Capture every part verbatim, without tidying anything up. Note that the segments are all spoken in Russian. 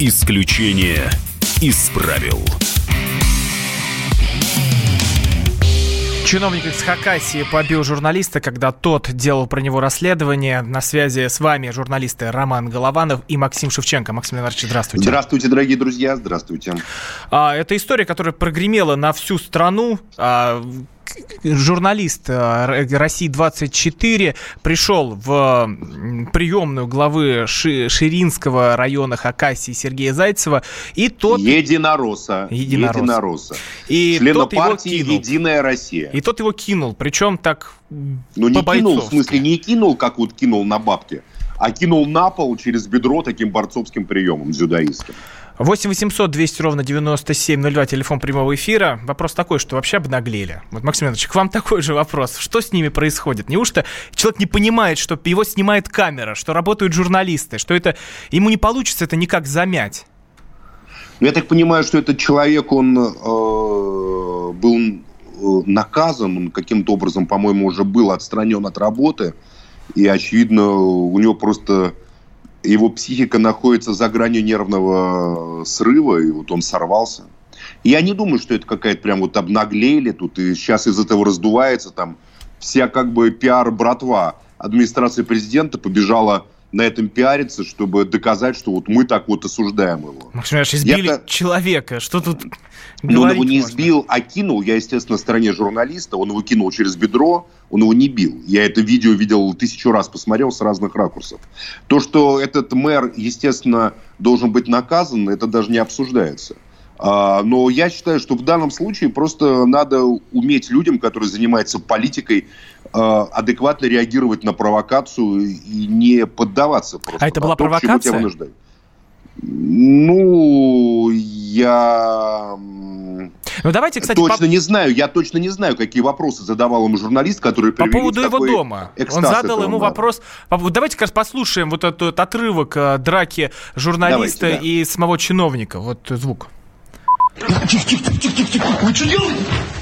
Исключение из правил. Чиновник из Хакасии побил журналиста, когда тот делал про него расследование. На связи с вами журналисты Роман Голованов и Максим Шевченко. Максим Леонидович, здравствуйте. Здравствуйте, дорогие друзья, здравствуйте. А, это история, которая прогремела на всю страну. А, журналист России двадцать четыре пришел в приемную главы Ши- Ширинского района Хакасии Сергея Зайцева, и тот... Единоросса. Единоросса. Единоросса. И члена тот партии его кинул. «Единая Россия». И тот его кинул, причем так Ну, не кинул, в смысле, не кинул, как вот кинул на бабки, а кинул на пол через бедро таким борцовским приемом дзюдоистским. восемь восемьсот двести ровно девяносто семь ноль два, телефон прямого эфира. Вопрос такой, что вообще обнаглели. Вот, Максим Иванович, к вам такой же вопрос. Что с ними происходит? Неужто человек не понимает, что его снимает камера, что работают журналисты, что это ему не получится это никак замять? Я так понимаю, что этот человек, он э, был наказан, он каким-то образом, по-моему, уже был отстранен от работы. И, очевидно, у него просто... Его психика находится за гранью нервного срыва, и вот он сорвался. Я не думаю, что это какая-то прям вот обнаглели тут, и сейчас из этого раздувается там вся как бы пиар-братва администрации президента побежала на этом пиариться, чтобы доказать, что вот мы так вот осуждаем его. Максим Иванович, избили Я-то... человека, что тут Ну, он его не можно? избил, а кинул. Я, естественно, на стороне журналиста. Он его кинул через бедро, он его не бил. Я это видео видел тысячу раз, посмотрел с разных ракурсов. То, что этот мэр, естественно, должен быть наказан, это даже не обсуждается. А, но я считаю, что в данном случае просто надо уметь людям, которые занимаются политикой, а, адекватно реагировать на провокацию и не поддаваться просто. А это на была то, к чему тебя провокация? вынуждают. Ну, я... Ну, давайте, кстати, точно по... не знаю. Я точно не знаю, какие вопросы задавал ему журналист, который по привели поводу в его такой дома. Он экстаз задал этого ему мэра. вопрос. Давайте как раз послушаем вот этот отрывок э, драки журналиста Давайте, да. и самого чиновника. Вот звук. Тихо, тихо, тихо, тихо, тихо. Вы что делаете?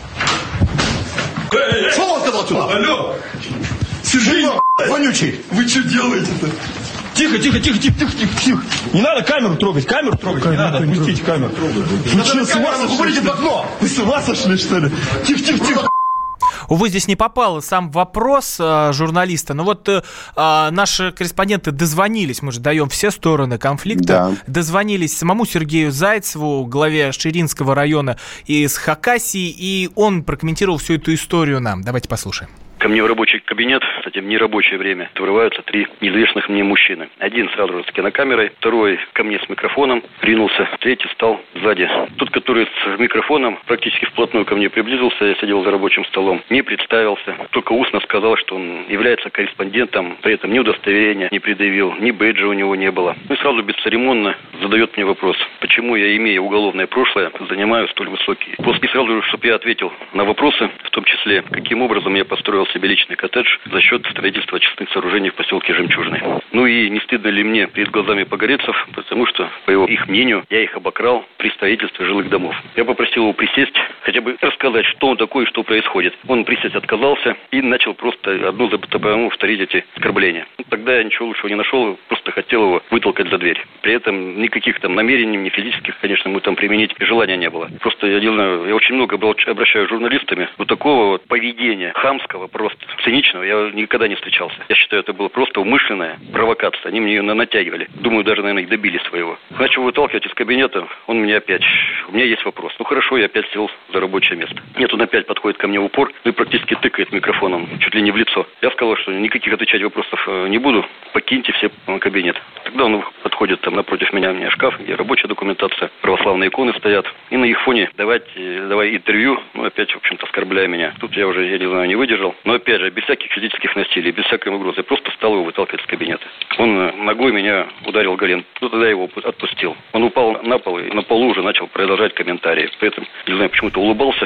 Что он сказал сюда? Алло! Сергей, вонючий! Вы что делаете-то? Тихо, тихо, тихо, тихо, тихо, тихо, тихо. Не надо камеру трогать, камеру трогать, не надо, отпустите камеру. Вы что, с ума сошли? Уходите в окно! Вы с ума сошли, что ли? Тихо, тихо, тихо. Увы, здесь не попал сам вопрос э, журналиста, но вот э, наши корреспонденты дозвонились, мы же даем все стороны конфликта, Да. дозвонились самому Сергею Зайцеву, главе Ширинского района из Хакасии, и он прокомментировал всю эту историю нам. Давайте послушаем. Ко мне в рабочий кабинет, кстати, в нерабочее время, врываются три неизвестных мне мужчины. Один сразу же с кинокамерой, второй ко мне с микрофоном ринулся, третий стал сзади. Тот, который с микрофоном практически вплотную ко мне приблизился, я сидел за рабочим столом, не представился, только устно сказал, что он является корреспондентом, при этом ни удостоверения не предъявил, ни бейджа у него не было. Ну и сразу бесцеремонно задает мне вопрос, почему я, имея уголовное прошлое, занимаю столь высокий пост. И сразу же, чтобы я ответил на вопросы, в том числе, каким образом я построил себе личный коттедж за счет строительства очистных сооружений в поселке Жемчужный. Ну и не стыдно ли мне перед глазами погорельцев, потому что, по его, их мнению, я их обокрал при строительстве жилых домов. Я попросил его присесть, хотя бы рассказать, что он такой и что происходит. Он присесть отказался и начал просто одну за другой повторить эти оскорбления. Ну, тогда я ничего лучшего не нашел, просто хотел его вытолкать за дверь. При этом никаких там намерений, ни физических, конечно, мы там применить желания не было. Просто я не знаю, я очень много обращаюсь с журналистами, вот такого вот поведения хамского, просто циничного я никогда не встречался. Я считаю, это была просто умышленная провокация. Они мне ее натягивали. Думаю, даже, наверное, их добились своего. Начал выталкивать из кабинета, он мне опять... У меня есть вопрос. Ну хорошо, я опять сел за рабочее место. Нет, он опять подходит ко мне в упор и практически тыкает микрофоном чуть ли не в лицо. Я сказал, что никаких отвечать вопросов не буду. Покиньте все кабинет. Тогда он подходит там напротив меня, у меня шкаф, где рабочая документация, православные иконы стоят. И на их фоне давать, давай интервью, ну опять, в общем-то, оскорбляя меня. Тут я уже, я не знаю, не выдержал. Но опять же, без всяких физических насилий, без всякой угрозы. Я просто стал его выталкивать из кабинета. Он ногой меня ударил в голень. Ну, тогда я его отпустил. Он упал на пол и на полу уже начал продолжать комментарии. При этом, не знаю, почему-то улыбался.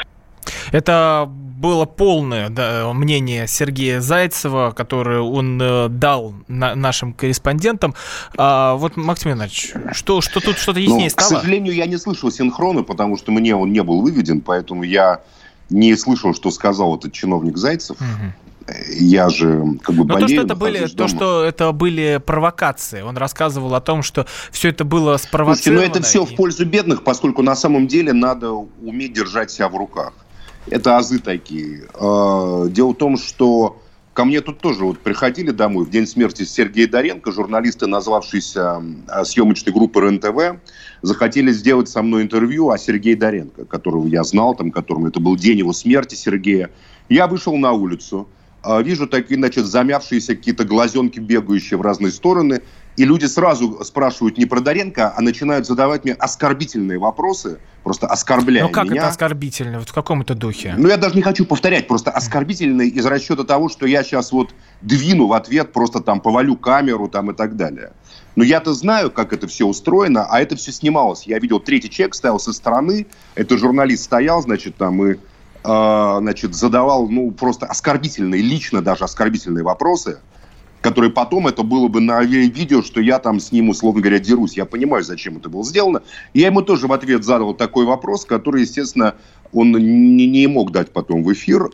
Это было полное да, мнение Сергея Зайцева, которое он э, дал на, нашим корреспондентам. А, вот, Максим Иванович, что, что тут что-то яснее ну, стало? К сожалению, я не слышал синхрона, потому что мне он не был выведен, поэтому я не слышал, что сказал этот чиновник Зайцев. Угу. Я же как бы болею. Но то, что это были, то, что это были провокации. Он рассказывал о том, что все это было спровоцировано. Слушайте, но это все в пользу бедных, поскольку на самом деле надо уметь держать себя в руках. Это азы такие. Дело в том, что ко мне тут тоже вот приходили домой в день смерти Сергея Доренко, журналисты, назвавшиеся съемочной группой РЕН-ТВ, захотели сделать со мной интервью о Сергее Доренко, которого я знал, там, которому это был день его смерти, Сергея. Я вышел на улицу, вижу такие, значит, замявшиеся какие-то глазенки, бегающие в разные стороны, и люди сразу спрашивают не про Доренко, а начинают задавать мне оскорбительные вопросы, просто оскорбляя меня. Ну как меня. это оскорбительно? Вот в каком это духе? Ну я даже не хочу повторять, просто оскорбительные из расчета того, что я сейчас вот двину в ответ, просто там повалю камеру там и так далее. Но я-то знаю, как это все устроено, а это все снималось. Я видел, третий человек стоял со стороны, это журналист стоял, значит, там и значит, задавал, ну, просто оскорбительные, лично даже оскорбительные вопросы, которые потом, это было бы на видео, что я там с ним, условно говоря, дерусь. Я понимаю, зачем это было сделано. Я ему тоже в ответ задал такой вопрос, который, естественно, он не, не мог дать потом в эфир.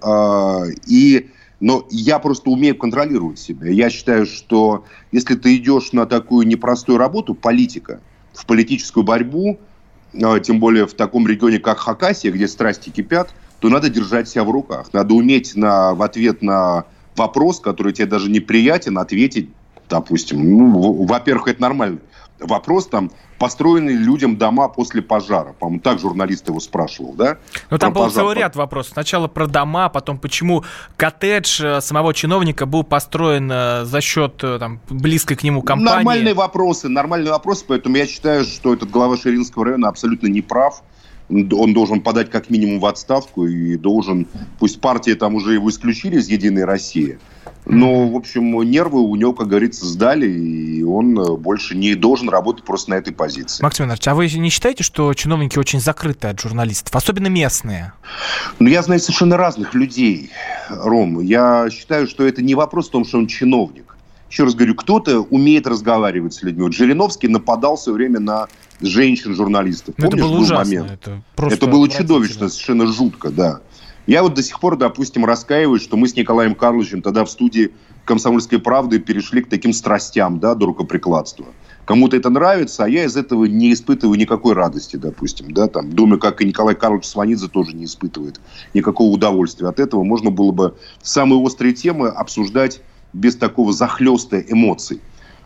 И, но я просто умею контролировать себя. Я считаю, что если ты идешь на такую непростую работу, политика, в политическую борьбу, тем более в таком регионе, как Хакасия, где страсти кипят, то надо держать себя в руках. Надо уметь на, в ответ на вопрос, который тебе даже неприятен, ответить, допустим. Ну, во-первых, это нормально. Вопрос там, построены людям дома после пожара. По-моему, так журналист его спрашивал, да? Ну, там был целый ряд вопросов. Сначала про дома, потом почему коттедж самого чиновника был построен за счет там, близкой к нему компании. Нормальные вопросы, нормальные вопросы. Поэтому я считаю, что этот глава Ширинского района абсолютно не прав. Он должен подать как минимум в отставку и должен... Пусть партии там уже его исключили из «Единой России», но, в общем, нервы у него, как говорится, сдали, и он больше не должен работать просто на этой позиции. Максим Иванович, а вы не считаете, что чиновники очень закрыты от журналистов, особенно местные? Ну, я знаю совершенно разных людей, Ром. Я считаю, что это не вопрос в том, что он чиновник. Еще раз говорю, кто-то умеет разговаривать с людьми. Вот Жириновский нападал все время на женщин-журналистов. Помнишь, это было был ужасно. момент? Это, это было чудовищно, совершенно жутко, да. Я вот до сих пор, допустим, раскаиваюсь, что мы с Николаем Карловичем тогда в студии «Комсомольской правды» перешли к таким страстям, да, до рукоприкладства. Кому-то это нравится, а я из этого не испытываю никакой радости, допустим, да, там. Думаю, как и Николай Карлович Сванидзе тоже не испытывает никакого удовольствия от этого. Можно было бы самые острые темы обсуждать без такого захлёста эмоций.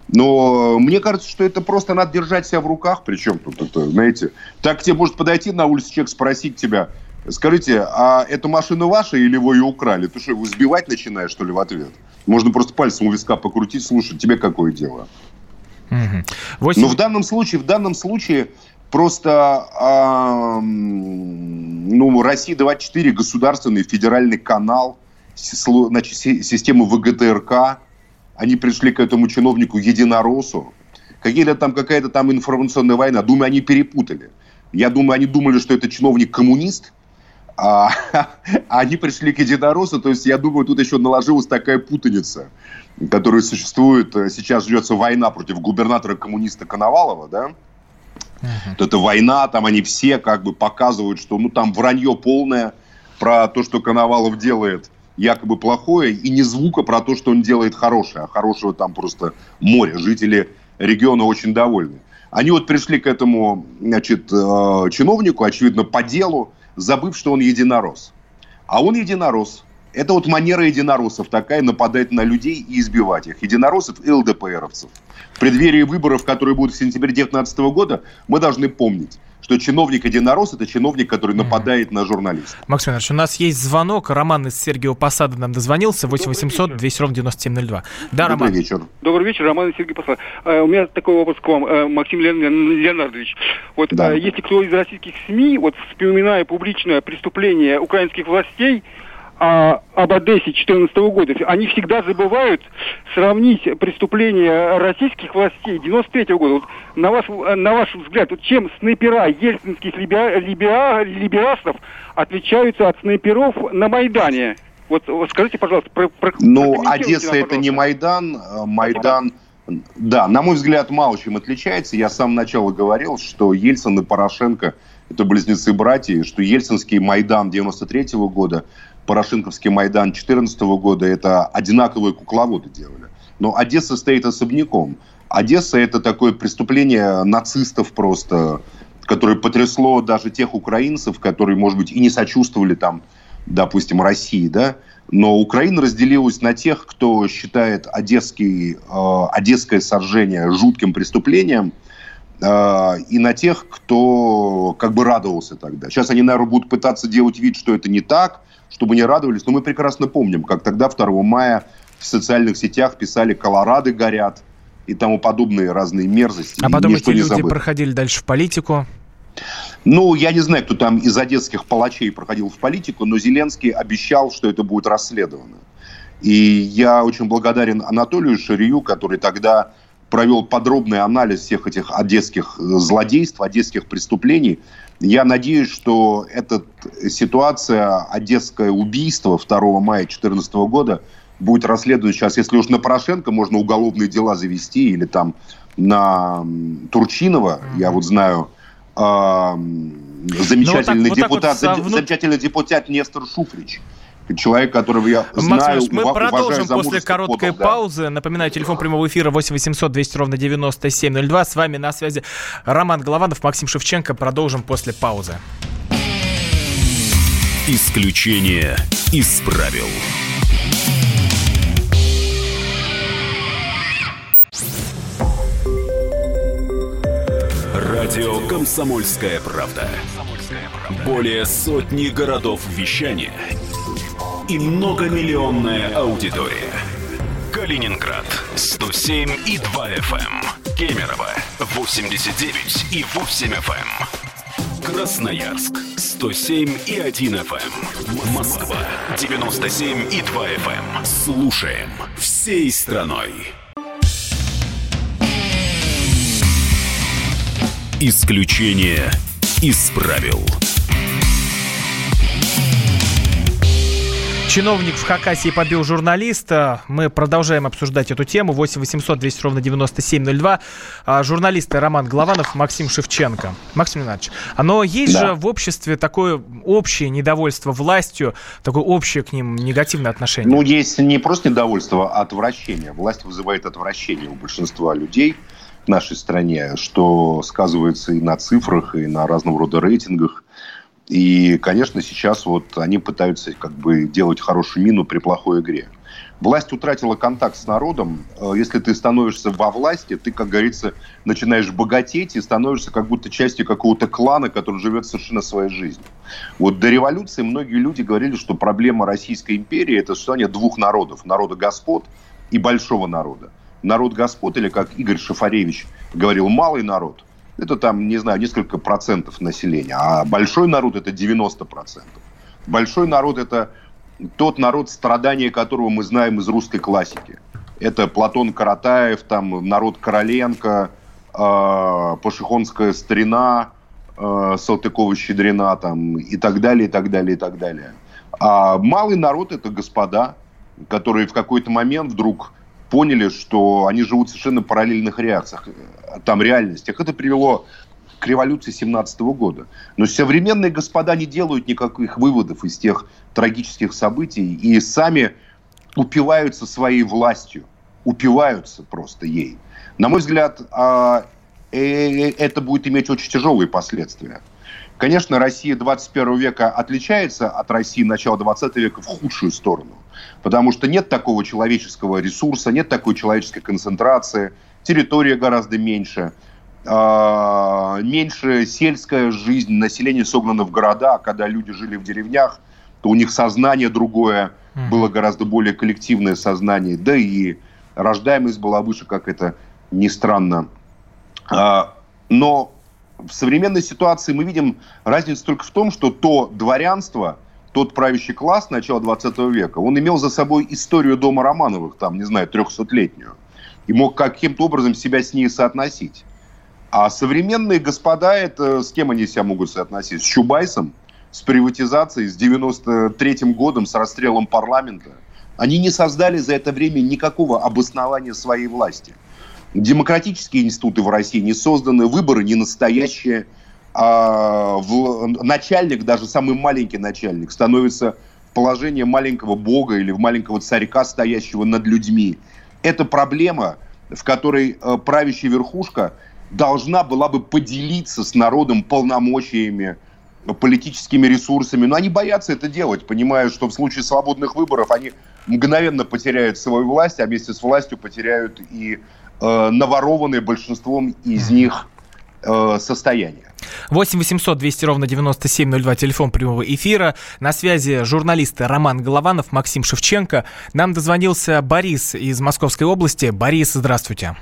Но мне кажется, что это просто надо держать себя в руках. Причем тут это, знаете, так к тебе может подойти на улице человек, спросить тебя: скажите, а эта машина ваша или вы ее украли? Ты что, его сбивать начинаешь, что ли, в ответ? Можно просто пальцем у виска покрутить, слушай, тебе какое дело? восемь... Но в данном случае, в данном случае просто э, ну, Россия двадцать четыре, государственный федеральный канал, значит, система ВГТРК, они пришли к этому чиновнику единороссу. Какие-то там, какая-то там информационная война. Думаю, они перепутали. Я думаю, они думали, что это чиновник-коммунист, а, а они пришли к единороссу. То есть, я думаю, тут еще наложилась такая путаница, которая существует. Сейчас ведется война против губернатора-коммуниста Коновалова, да? Uh-huh. Это война, там они все как бы показывают, что ну там вранье полное про то, что Коновалов делает якобы плохое, и не звука про то, что он делает хорошее. А хорошего там просто море. Жители региона очень довольны. Они вот пришли к этому, значит, чиновнику, очевидно, по делу, забыв, что он единорос. А он единорос. Это вот манера единороссов такая, нападать на людей и избивать их. Единороссов и ЛДПРовцев. В преддверии выборов, которые будут в сентябре две тысячи девятнадцатого года, мы должны помнить, что чиновник-единорос – это чиновник, который нападает mm-hmm. на журналистов. Максим Иванович, у нас есть звонок. Роман из Сергиева Посада нам дозвонился. восемь восемьсот двести ровно девяносто семь ноль два. Да, Добрый Роман. вечер. Добрый вечер, Роман из Сергиева Посада. У меня такой вопрос к вам, Максим Леонардович. Вот да. Если кто из российских СМИ, вот вспоминая публичное преступление украинских властей, А, об Одессе две тысячи четырнадцатого года, они всегда забывают сравнить преступления российских властей девяносто третьего года. Вот на, вас, на ваш взгляд, вот чем снайпера ельцинских либера, либера, либерастов отличаются от снайперов на Майдане? Вот, вот скажите, пожалуйста, про, про, Ну, Одесса нам, это не Майдан. Майдан, да, на мой взгляд, мало чем отличается. Я с самого начала говорил, что Ельцин и Порошенко – это близнецы-братья, что ельцинский Майдан девяносто третьего года Порошенковский Майдан две тысячи четырнадцатого года, это одинаковые кукловоды делали. Но Одесса стоит особняком. Одесса – это такое преступление нацистов просто, которое потрясло даже тех украинцев, которые, может быть, и не сочувствовали там, допустим, России, да? Но Украина разделилась на тех, кто считает одесский, э, одесское сожжение жутким преступлением, э, и на тех, кто как бы радовался тогда. Сейчас они, наверное, будут пытаться делать вид, что это не так, чтобы не радовались. Но мы прекрасно помним, как тогда второго мая в социальных сетях писали «Колорадо горят» и тому подобные разные мерзости. А потом эти люди проходили дальше в политику? Ну, я не знаю, кто там из одесских палачей проходил в политику, но Зеленский обещал, что это будет расследовано. И я очень благодарен Анатолию Шарию, который тогда провел подробный анализ всех этих одесских злодейств, одесских преступлений. Я надеюсь, что эта ситуация, одесское убийство второго мая две тысячи четырнадцатого года, будет расследовано сейчас. Если уж на Порошенко можно уголовные дела завести, или там на Турчинова, я вот знаю, э, замечательный, вот так, депутат, вот так вот, замечательный депутат Нестор Шуфрич. Человек, которого я знаю, Максим, мы ува- продолжим после короткой подал, паузы. Да. Напоминаю, телефон прямого эфира восемь восемьсот двести ровно девяносто семь ноль два. С вами на связи Роман Голованов, Максим Шевченко. Продолжим после паузы. Исключение из правил. Радио «Комсомольская правда». Более сотни городов вещания и многомиллионная аудитория. Калининград сто семь и два эф эм, Кемерово восемьдесят девять и восемь эф эм, Красноярск сто семь и один эф эм, Москва девяносто семь и два эф эм. Слушаем всей страной. Исключение из правил. Чиновник в Хакасии побил журналиста. Мы продолжаем обсуждать эту тему. восемь восемьсот двести ровно девяносто семь ноль два. Журналисты Роман Голованов, Максим Шевченко. Максим Иванович, но есть да. же в обществе такое общее недовольство властью, такое общее к ним негативное отношение. Ну, есть не просто недовольство, а отвращение. Власть вызывает отвращение у большинства людей в нашей стране, что сказывается и на цифрах, и на разного рода рейтингах. И, конечно, сейчас вот они пытаются как бы делать хорошую мину при плохой игре. Власть утратила контакт с народом. Если ты становишься во власти, ты, как говорится, начинаешь богатеть и становишься как будто частью какого-то клана, который живет совершенно своей жизнью. Вот до революции многие люди говорили, что проблема Российской империи – это существование двух народов. Народа господ и большого народа. Народ господ, или, как Игорь Шафаревич говорил, малый народ – это там, не знаю, несколько процентов населения. А большой народ – это девяносто процентов. Большой народ – это тот народ, страдания которого мы знаем из русской классики. Это Платон Каратаев, там, народ Короленко, э, Пашихонская старина, э, Салтыкова-Щедрина, там, и так далее, и так далее, и так далее. А малый народ – это господа, которые в какой-то момент вдруг поняли, что они живут в совершенно параллельных реакциях, там, реальностях. Это привело к революции семнадцатого года. Но современные господа не делают никаких выводов из тех трагических событий и сами упиваются своей властью. Упиваются просто ей. На мой взгляд, это будет иметь очень тяжелые последствия. Конечно, Россия двадцать первого века отличается от России начала двадцатого века в худшую сторону. Потому что нет такого человеческого ресурса, нет такой человеческой концентрации, территория гораздо меньше, э, меньше сельская жизнь, население согнано в города, а когда люди жили в деревнях, то у них сознание другое, было гораздо более коллективное сознание, да и рождаемость была выше, как это ни странно. Э, но в современной ситуации мы видим разницу только в том, что то дворянство, тот правящий класс начала двадцатого века, он имел за собой историю дома Романовых, там, не знаю, трехсотлетнюю, и мог каким-то образом себя с ней соотносить. А современные господа, это с кем они себя могут соотносить? С Чубайсом, с приватизацией, с девяносто третьим годом, с расстрелом парламента. Они не создали за это время никакого обоснования своей власти. Демократические институты в России не созданы, выборы не настоящие. А в, начальник, даже самый маленький начальник, становится положение маленького бога или маленького царька, стоящего над людьми. Это проблема, в которой э, правящая верхушка должна была бы поделиться с народом полномочиями, политическими ресурсами. Но они боятся это делать, понимая, что в случае свободных выборов они мгновенно потеряют свою власть, а вместе с властью потеряют и э, наворованное большинством из них э, состояние. восемь восемьсот двести ровно девяносто семь ноль два, телефон прямого эфира. На связи журналисты Роман Голованов, Максим Шевченко. Нам дозвонился Борис из Московской области. Борис, здравствуйте.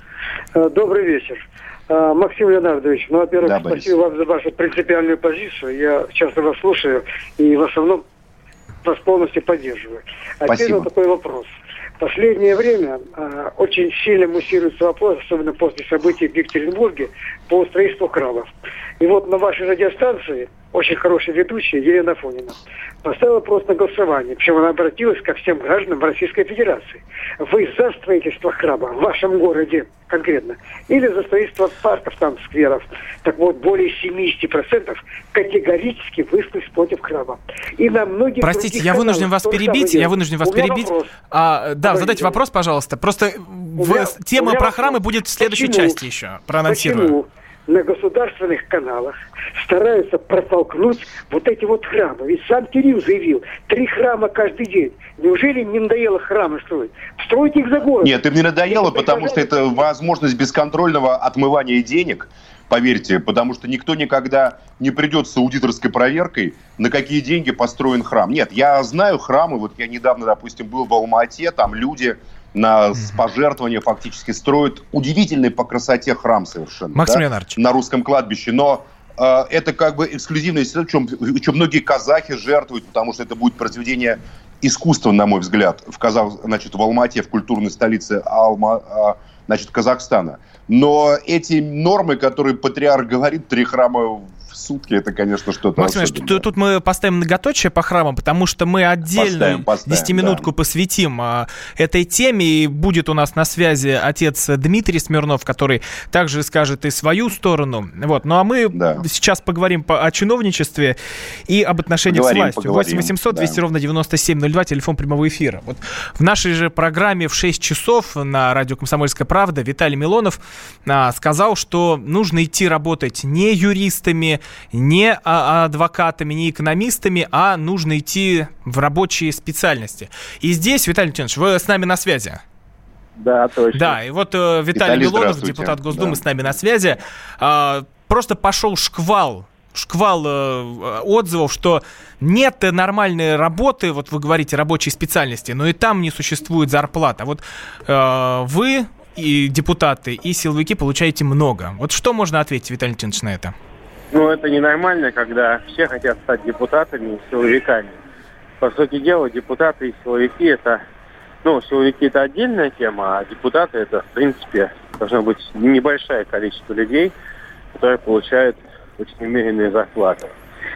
Добрый вечер. Максим Леонардович, ну, во-первых, да, спасибо вам за вашу принципиальную позицию. Я часто вас слушаю и в основном вас полностью поддерживаю. А спасибо. теперь вот такой вопрос. В последнее время э, очень сильно муссируется вопрос, особенно после событий в Екатеринбурге, по строительству храмов. И вот на вашей радиостанции очень хорошая ведущая Елена Афонина поставила вопрос на голосование. Причем она обратилась ко всем гражданам Российской Федерации. Вы за строительство храма в вашем городе конкретно? Или за строительство парков, там, скверов? Так вот, более семьдесят процентов категорически высказались против храма. И на многих Простите, я вынужден вас перебить. Я вынужден вас перебить. А, да, задайте вопрос, пожалуйста. Просто меня, в, тема про храмы будет в следующей почему, части еще. Проанонсирую. Почему на государственных каналах стараются протолкнуть вот эти вот храмы? Ведь сам Кирилл заявил, три храма каждый день. Неужели им не надоело храмы строить? Стройте их за город. Нет, им не надоело, потому что это возможность бесконтрольного отмывания денег, поверьте, потому что никто никогда не придет с аудиторской проверкой, на какие деньги построен храм. Нет, я знаю храмы, вот я недавно, допустим, был в Алма-Ате, там люди на пожертвования фактически строят удивительный по красоте храм совершенно. Максим да, Леонардович. на русском кладбище. Но э, это как бы эксклюзивная ситуация, в чем многие казахи жертвуют, потому что это будет произведение искусства, на мой взгляд, в, Казах, значит, в Алма-Ате, в культурной столице Алма, э, значит, Казахстана. Но эти нормы, которые патриарх говорит, три храма в сутки, это, конечно, что-то Максим Ильич, тут, тут мы поставим многоточие по храмам, потому что мы отдельно десятиминутку да. посвятим а, этой теме, и будет у нас на связи отец Дмитрий Смирнов, который также скажет и свою сторону. Вот. Ну а мы да. сейчас поговорим по, о чиновничестве и об отношениях поговорим, с властью. Поговорим, восемь восемьсот двести ровно девяносто семь ноль два, телефон прямого эфира. Вот в нашей же программе в шесть часов на радио «Комсомольская правда» Виталий Милонов а, сказал, что нужно идти работать не юристами, не адвокатами, не экономистами, а нужно идти в рабочие специальности. И здесь, Виталий Леонидович, вы с нами на связи. Да, точно. Да, и вот э, Виталий, Виталий Милонов, депутат Госдумы, да. с нами на связи. Э, просто пошел шквал, шквал э, отзывов, что нет нормальной работы, вот вы говорите, рабочей специальности, но и там не существует зарплата. Вот э, вы, и депутаты, и силовики получаете много. Вот что можно ответить, Виталий Леонидович, на это? Ну, это ненормально, когда все хотят стать депутатами и силовиками. По сути дела, депутаты и силовики это... Ну, силовики это отдельная тема, а депутаты это, в принципе, должно быть небольшое количество людей, которые получают очень умеренные зарплаты.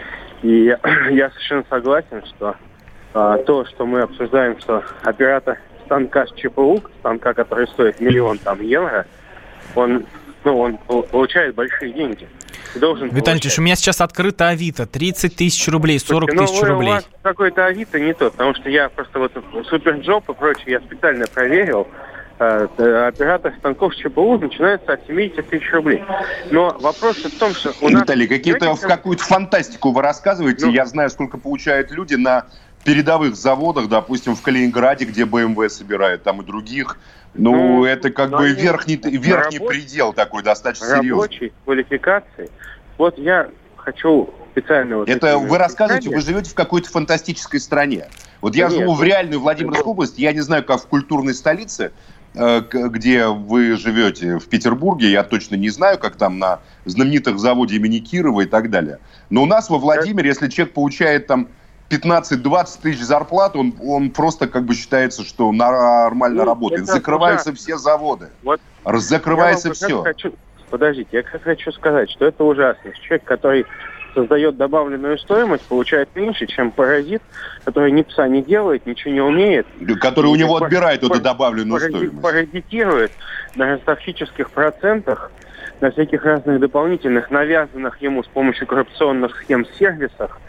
И я, я совершенно согласен, что а, то, что мы обсуждаем, что оператор станка с ЧПУ, станка, который стоит миллион там евро, он, ну, он получает большие деньги. Виталий Ильич, у меня сейчас открыто Авито. тридцать тысяч рублей, сорок тысяч рублей. У вас какой-то Авито не тот, потому что я просто вот Суперджоп и прочее, я специально проверил. Оператор станков с ЧПУ начинается от семьдесят тысяч рублей. Но вопрос в том, что у нас... Виталий, какие-то, в какую-то фантастику вы рассказываете. Ну, я знаю, сколько получают люди на передовых заводах, допустим, в Калининграде, где бэ эм вэ собирают, там и других. Ну, ну это как бы верхний, верхний рабочий, предел такой, достаточно серьезный. Рабочей квалификации. Вот я хочу специально... Вот это вы рассказываете, вы живете в какой-то фантастической стране. Вот я Нет, живу в реальную Владимирскую область, я не знаю, как в культурной столице, где вы живете, в Петербурге, я точно не знаю, как там на знаменитых заводе имени Кирова и так далее. Но у нас во Владимире, если человек получает там пятнадцать-двадцать тысяч зарплат, он, он просто как бы считается, что нормально ну, работает. Закрываются ужасно. Все заводы. Вот закрывается все. Хочу, подождите, я как хочу сказать, что это ужасно. Человек, который создает добавленную стоимость, получает меньше, чем паразит, который ни пса не делает, ничего не умеет. Который у него отбирает эту добавленную паразит, стоимость. Паразитирует на ростовщических процентах, на всяких разных дополнительных, навязанных ему с помощью коррупционных схем сервисах.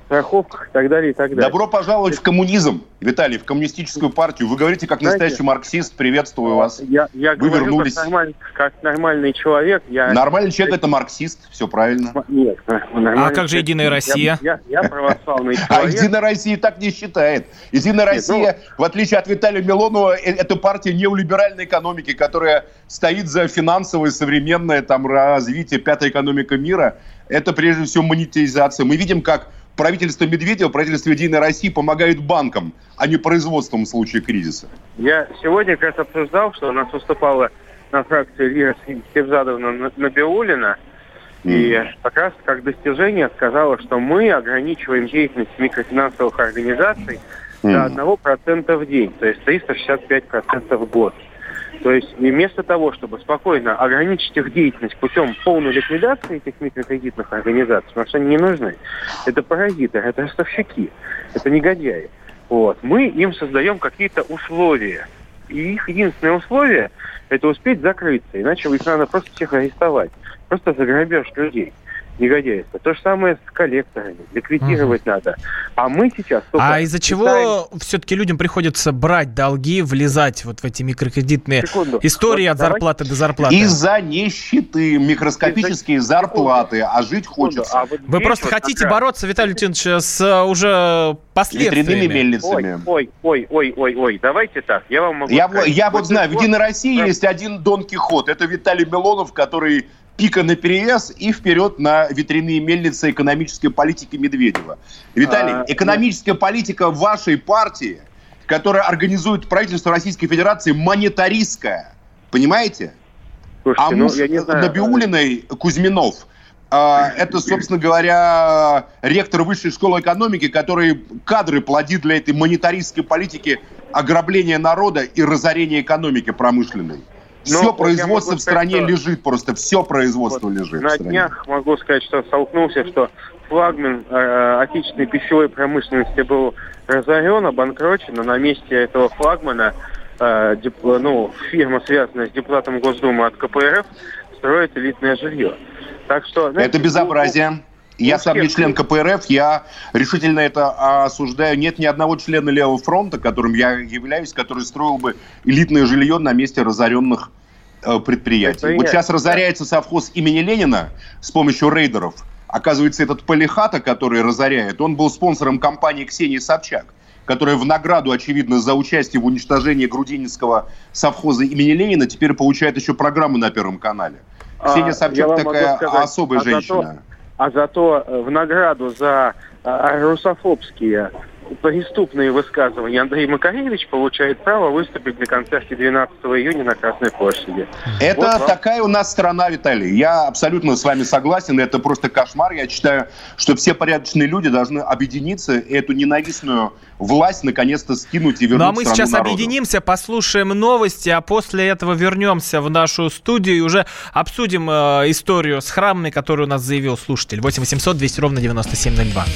страховках и так далее, и так далее. Добро пожаловать в коммунизм, Виталий, в коммунистическую партию. Вы говорите, как Знаете, настоящий марксист, приветствую вас. Я, я Вы говорю вернулись. Как, нормаль, как нормальный человек. Я... Нормальный человек – это марксист, все правильно. Нет. А как же Единая Россия? Я, я, я православный человек. А Единая Россия так не считает. Единая Россия, в отличие от Виталия Милонова, это партия неолиберальной экономики, которая стоит за финансовое современное там, развитие, пятая экономика мира. Это прежде всего монетизация. Мы видим, как правительство Медведева, правительство Единой России помогает банкам, а не производством в случае кризиса. Я сегодня как раз обсуждал, что у нас выступала на фракции Лира Кебзадовна Набиуллина, mm. и как раз как достижение сказала, что мы ограничиваем деятельность микрофинансовых организаций mm. до одного процента в день, то есть триста шестьдесят пять процентов в год. То есть вместо того, чтобы спокойно ограничить их деятельность путем полной ликвидации этих микрокредитных организаций, потому что они не нужны, это паразиты, это ростовщики, это негодяи. Вот. Мы им создаем какие-то условия. И их единственное условие – это успеть закрыться, иначе их надо просто всех арестовать. Просто за грабеж людей. Негодяйство. То же самое с коллекторами. Ликвидировать угу. надо. А мы сейчас... А из-за чего все-таки людям приходится брать долги, влезать вот в эти микрокредитные Секунду. истории вот, от зарплаты давайте. до зарплаты? Из-за нищеты, микроскопические Из-за... зарплаты, Секунду. а жить хочется. А вот Вы просто вот хотите как... бороться, Виталий Леонидович, с уже последствиями. Ветряными мельницами. Ой, ой, ой, ой, ой, давайте так. Я вам могу Я, сказать. я вот знаю, в Единой России да. есть один Дон Кихот. Это Виталий Милонов, который... пика на перевес и вперед на ветряные мельницы экономической политики Медведева. Виталий, а, экономическая нет. политика вашей партии, которая организует правительство Российской Федерации, монетаристская. Понимаете? Слушайте, а муж ну, Набиуллиной, Кузьминов, а, это, собственно говоря, ректор Высшей школы экономики, который кадры плодит для этой монетаристской политики ограбления народа и разорения экономики промышленной. Все Но, производство в стране сказать, лежит просто, все производство вот лежит на в стране. днях могу сказать, что столкнулся, что флагман э, отечественной пищевой промышленности был разорен, обанкрочен, но на месте этого флагмана э, дип, ну, фирма, связанная с депутатом Госдумы от ка пэ эр эф, строит элитное жилье. Так что, знаете, это безобразие. Я ну, сам не член ка пэ эр эф, я решительно это осуждаю. Нет ни одного члена Левого фронта, которым я являюсь, который строил бы элитное жилье на месте разоренных э, предприятий. Это вот я... сейчас разоряется совхоз имени Ленина с помощью рейдеров. Оказывается, этот Полихата, который разоряет, он был спонсором компании Ксении Собчак, которая в награду, очевидно, за участие в уничтожении грудининского совхоза имени Ленина теперь получает еще программу на Первом канале. А, Ксения Собчак такая сказать, особая а женщина. Зато... А зато в награду за а, русофобские преступные высказывания Андрей Макаревич получает право выступить на концерте двенадцатого июня на Красной площади. Это вот такая у нас страна, Виталий. Я абсолютно с вами согласен. Это просто кошмар. Я считаю, что все порядочные люди должны объединиться и эту ненавистную власть наконец-то скинуть и вернуть страну народу. Ну а мы сейчас народу. объединимся, послушаем новости, а после этого вернемся в нашу студию и уже обсудим э, историю с храмной, которую у нас заявил слушатель. восемь восемьсот двести ровно девяносто семь ноль два.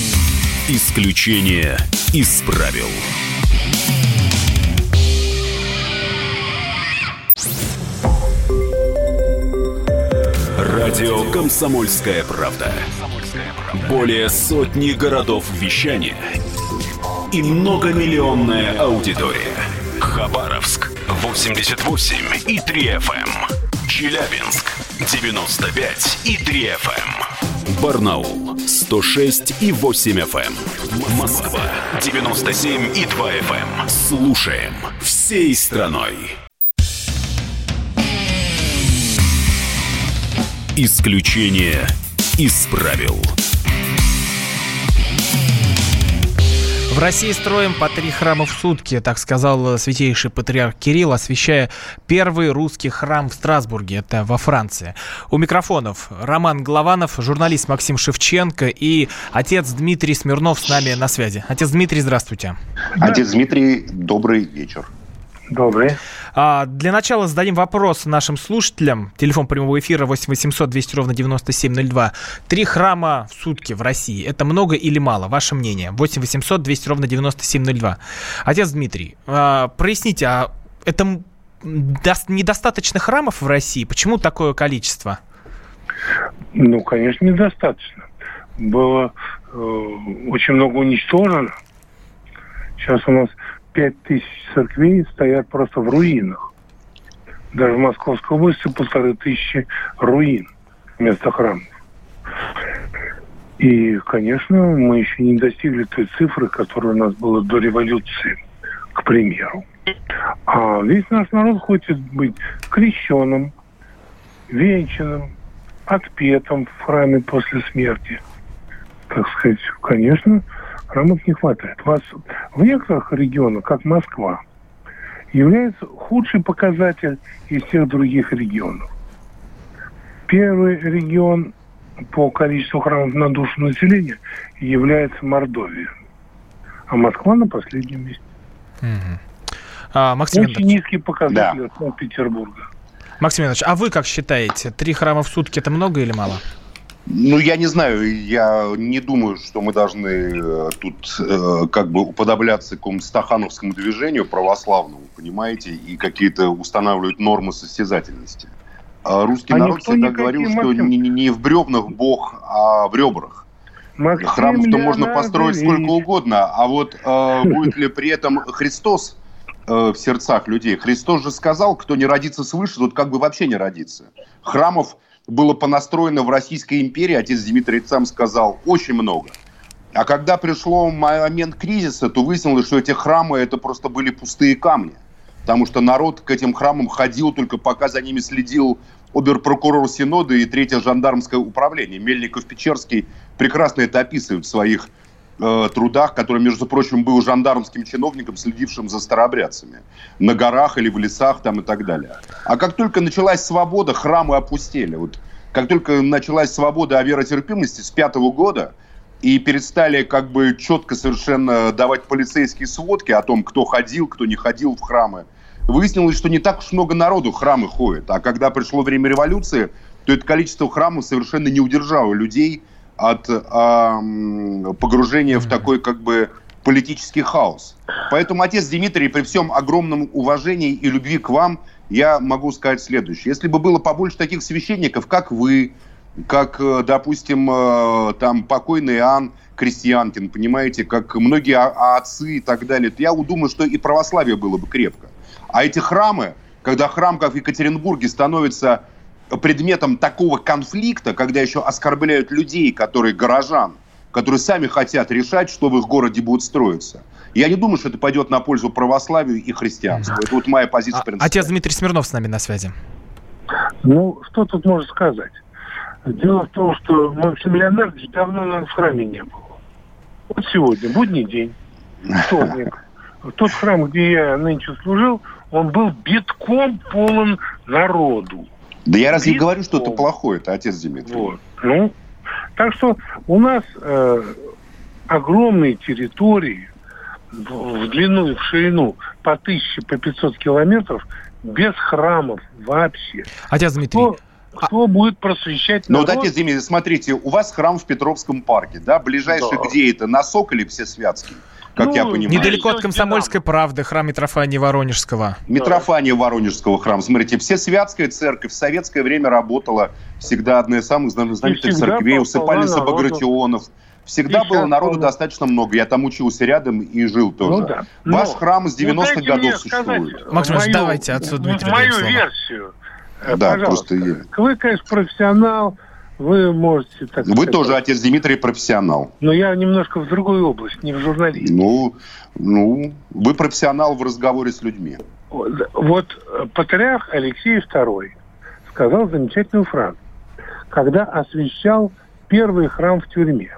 Исключение из правил. Радио «Комсомольская правда». Более сотни городов вещания и многомиллионная аудитория. Хабаровск восемьдесят восемь и три эф эм. Челябинск девяносто пять и три эф эм. Барнаул сто шесть и восемь эф эм. Москва девяносто семь и два эф эм. Слушаем всей страной. Исключение из правил. В России строим по три храма в сутки, так сказал святейший патриарх Кирилл, освящая первый русский храм в Страсбурге, это во Франции. У микрофонов Роман Голованов, журналист Максим Шевченко и отец Дмитрий Смирнов с нами на связи. Отец Дмитрий, здравствуйте. Отец Дмитрий, добрый вечер. Добрый. А, для начала зададим вопрос нашим слушателям. Телефон прямого эфира восемь восемьсот двести ровно девяносто семь ноль два. Три храма в сутки в России. Это много или мало? Ваше мнение. восемь восемьсот двести ровно девяносто семь ноль два. Отец Дмитрий, а, проясните, а это недостаточно храмов в России? Почему такое количество? Ну, конечно, недостаточно. было э, очень много уничтожено. Сейчас у нас пять тысяч церквей стоят просто в руинах. Даже в Московской области полторы тысячи руин вместо храмов. И, конечно, мы еще не достигли той цифры, которая у нас была до революции, к примеру. А весь наш народ хочет быть крещенным, венчанным, отпетым в храме после смерти. Так сказать, конечно, храмов не хватает. Вас в некоторых регионах, как Москва, является худший показатель из всех других регионов. Первый регион по количеству храмов на душу населения является Мордовия. А Москва на последнем месте. Угу. А, Максим Очень Иванович. низкий показатель от Санкт-Петербурга. Максим Иванович, а вы как считаете, три храма в сутки это много или мало? Ну, я не знаю, я не думаю, что мы должны э, тут э, как бы уподобляться какому-то стахановскому движению православному, понимаете, и какие-то устанавливать нормы состязательности. А русский а народ всегда говорил, что не, не в бревнах Бог, а в ребрах. Храм-то можно построить сколько угодно, а вот э, будет ли при этом Христос э, в сердцах людей? Христос же сказал, кто не родится свыше, тот как бы вообще не родится. Храмов было понастроено в Российской империи, отец Дмитрий сам сказал, очень много. А когда пришло момент кризиса, то выяснилось, что эти храмы это просто были пустые камни. Потому что народ к этим храмам ходил только пока за ними следил обер-прокурор Синода и третье жандармское управление. Мельников-Печерский прекрасно это описывает в своих э, трудах, который, между прочим, был жандармским чиновником, следившим за старообрядцами. На горах или в лесах там и так далее. А как только началась свобода, храмы опустели. Вот, как только началась свобода о веротерпимости с пятого года, и перестали как бы четко совершенно давать полицейские сводки о том, кто ходил, кто не ходил в храмы, выяснилось, что не так уж много народу в храмы ходит. А когда пришло время революции, то это количество храмов совершенно не удержало людей от а, погружения в такой как бы политический хаос. Поэтому, отец Дмитрий, при всем огромном уважении и любви к вам, я могу сказать следующее. Если бы было побольше таких священников, как вы, как, допустим, там покойный Иоанн Крестьянкин, понимаете, как многие отцы и так далее, то я думаю, что и православие было бы крепко. А эти храмы, когда храм, как в Екатеринбурге, становится предметом такого конфликта, когда еще оскорбляют людей, которые горожан, которые сами хотят решать, что в их городе будет строиться. Я не думаю, что это пойдет на пользу православию и христианству. Это вот моя позиция. А, отец Дмитрий Смирнов с нами на связи. Ну, что тут можно сказать? Дело в том, что Максим Леонардович давно на в храме не был. Вот сегодня, будний день, вторник. Тот храм, где я нынче служил, он был битком полон народу. Да я разве битком. говорю, что это плохое, это отец Дмитрий. Вот. Ну, так что у нас э, огромные территории в, в длину и в ширину по тысяче, по пятьсот километров без храмов вообще. Отец Дмитрий. Кто, кто будет просвещать народ? Ну, вот, отец Дмитрий, смотрите, у вас храм в Петровском парке, да? Ближайший да. где это? На Соколе Всесвятский, как ну, я понимаю. Недалеко от Комсомольской правды, храм Митрофания Воронежского. Митрофания Воронежского храм. Смотрите, Всесвятская церковь в советское время работала всегда одна из самых знаменитых церквей. Усыпали Собагратионов. Всегда и было народу полно. Достаточно много. Я там учился рядом и жил тоже. Ну, да. Ваш Но, храм с девяностых ну, годов существует. Максим Ильич, давайте отсюда Дмитрий. Мою версию. Да, пожалуйста. Просто... Вы, конечно, профессионал. Вы можете... Так Вы сказать, тоже, отец Дмитрий, профессионал. Но я немножко в другую область, не в журналистике. Ну, ну, вы профессионал в разговоре с людьми. Вот патриарх Алексей второй сказал замечательную фразу, когда освящал первый храм в тюрьме.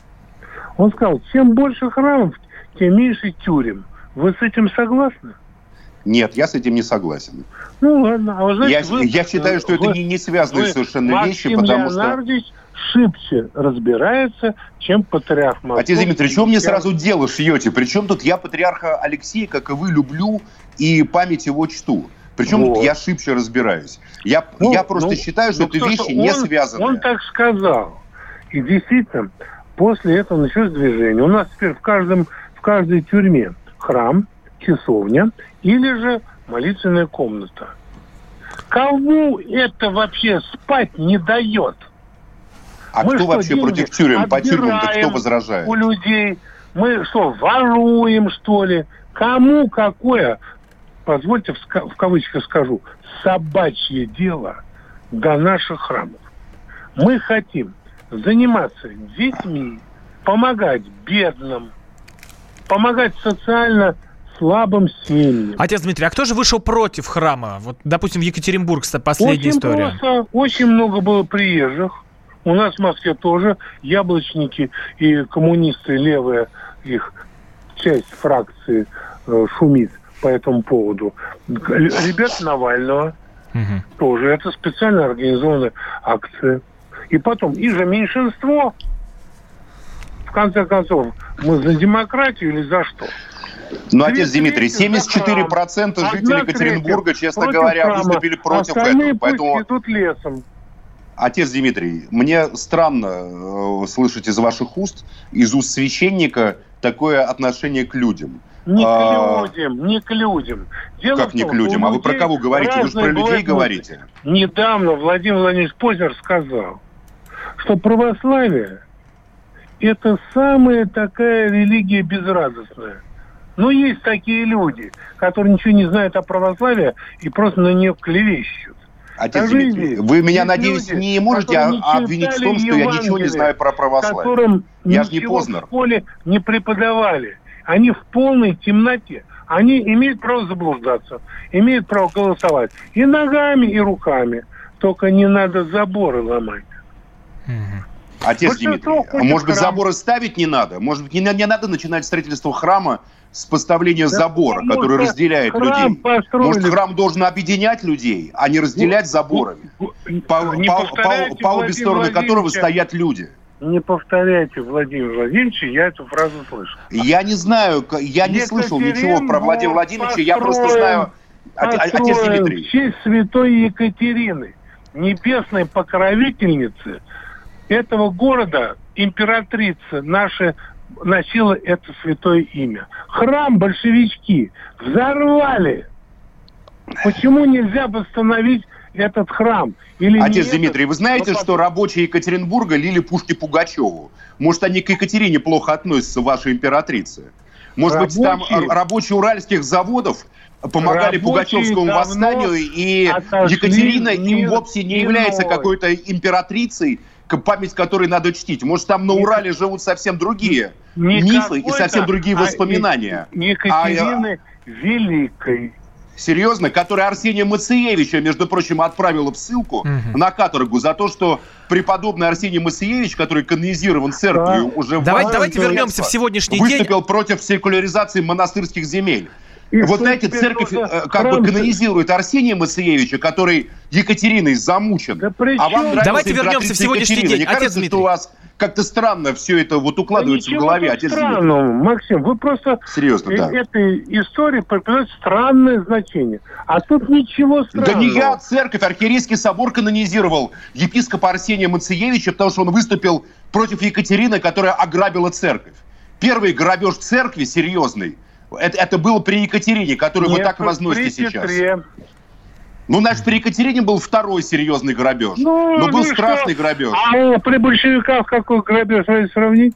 Он сказал, чем больше храмов, тем меньше тюрем. Вы с этим согласны? Нет, я с этим не согласен. Ну ладно, а вы знаете, я, вы, я считаю, что вы, это не, не связанные вы, совершенно Максим вещи, потому Леонардович что... шибче разбирается, чем патриарх Москвы. Отец Дмитрий, чего мне сразу дело шьете? Причем тут я патриарха Алексея, как и вы, люблю и память его чту. Причем вот. Я шибче разбираюсь. Я, ну, я просто ну, считаю, что ну, это вещи он, не связаны. Он так сказал. И действительно, после этого началось движение. У нас теперь в, каждом, в каждой тюрьме храм, часовня или же молитвенная комната. Кому это вообще спать не дает? А мы кто что, вообще против тюрем? По тюрьмам-то кто возражает? У людей. Мы что, воруем, что ли? Кому какое, позвольте в, ска- в кавычках скажу, собачье дело до наших храмов? Мы хотим заниматься детьми, помогать бедным, помогать социально слабым семьям. Отец Дмитрий, а кто же вышел против храма? Вот, допустим, в Екатеринбург, последняя очень история. Просто, очень много было приезжих. У нас в Москве тоже яблочники и коммунисты левые, их часть фракции э, шумит по этому поводу. Ребят Навального угу. тоже. Это специально организованная акция. И потом, и же меньшинство. В конце концов, мы за демократию или за что? Ну, отец Дмитрий, семьдесят четыре процента жителей Екатеринбурга, честно говоря, храма. выступили против Остальные этого. Поэтому... идут лесом. Отец Дмитрий, мне странно э, слышать из ваших уст, из уст священника, такое отношение к людям. Не а... к людям, не к людям. Дело как не к людям? А вы про кого говорите? Вы же про людей говорите. Недавно Владимир Владимирович Позер сказал, что православие – это самая такая религия безрадостная. Но есть такие люди, которые ничего не знают о православии и просто на нее клевещут. Отец Дмитрий, вы меня, надеюсь, люди, не можете обвинить в том, что я ничего не знаю про православие. Которым я же не Познер. В школе не преподавали. Они в полной темноте. Они имеют право заблуждаться, имеют право голосовать и ногами, и руками. Только не надо заборы ломать. Отец вот Дмитрий, а может быть, заборы ставить не надо? Может быть, не, не надо начинать строительство храма с поставления да, забора, который разделяет людей? Построили. Может, храм должен объединять людей, а не разделять ну, заборами, ну, по, по, по, по обе стороны которого стоят люди? Не повторяйте, Владимир Владимирович, я эту фразу слышал. Я не знаю, я не слышал ничего про Владимира Владимировича, я просто знаю... Отец Дмитрий. В честь святой Екатерины, небесной покровительницы этого города, императрица наша носила это святое имя. Храм большевички взорвали. Почему нельзя восстановить этот храм? Или Отец Дмитрий, вы знаете, что рабочие Екатеринбурга лили пушки Пугачеву? Может, они к Екатерине плохо относятся, вашей императрице? Может рабочие, быть, там рабочие уральских заводов помогали Пугачевскому восстанию, и Екатерина им вовсе не является какой-то императрицей, память которой надо чтить. Может, там на Урале живут совсем другие не мифы и совсем другие воспоминания. А Екатерины а, Великой. Серьезно? Которая Арсения Мациевича, между прочим, отправила в ссылку угу. на каторгу за то, что преподобный Арсений Мациевич, который канонизирован церковью да. уже... Давайте, давайте вернемся в сегодняшний выступил день. Выступил против секуляризации монастырских земель. И вот знаете, церковь как бы канонизирует Арсения Мациевича, который Екатериной замучен. Да а вам Давайте вернемся в сегодняшний Екатерина. день. Не кажется, Дмитрий. Что у вас как-то странно все это вот укладывается да в голове, Отец странного, Дмитрий? Максим, вы просто серьезно, да. этой истории приписываете странное значение. А тут ничего странного. Да не я, а церковь. Архиерейский собор канонизировал епископа Арсения Мациевича, потому что он выступил против Екатерины, которая ограбила церковь. Первый грабеж церкви серьезный. Это, это было при Екатерине, которую Нет, вы так возносите сейчас. Петре. Ну, значит, при Екатерине был второй серьезный грабеж. Ну, Но был страшный что? грабеж. А при большевиках какой грабеж разве сравнить?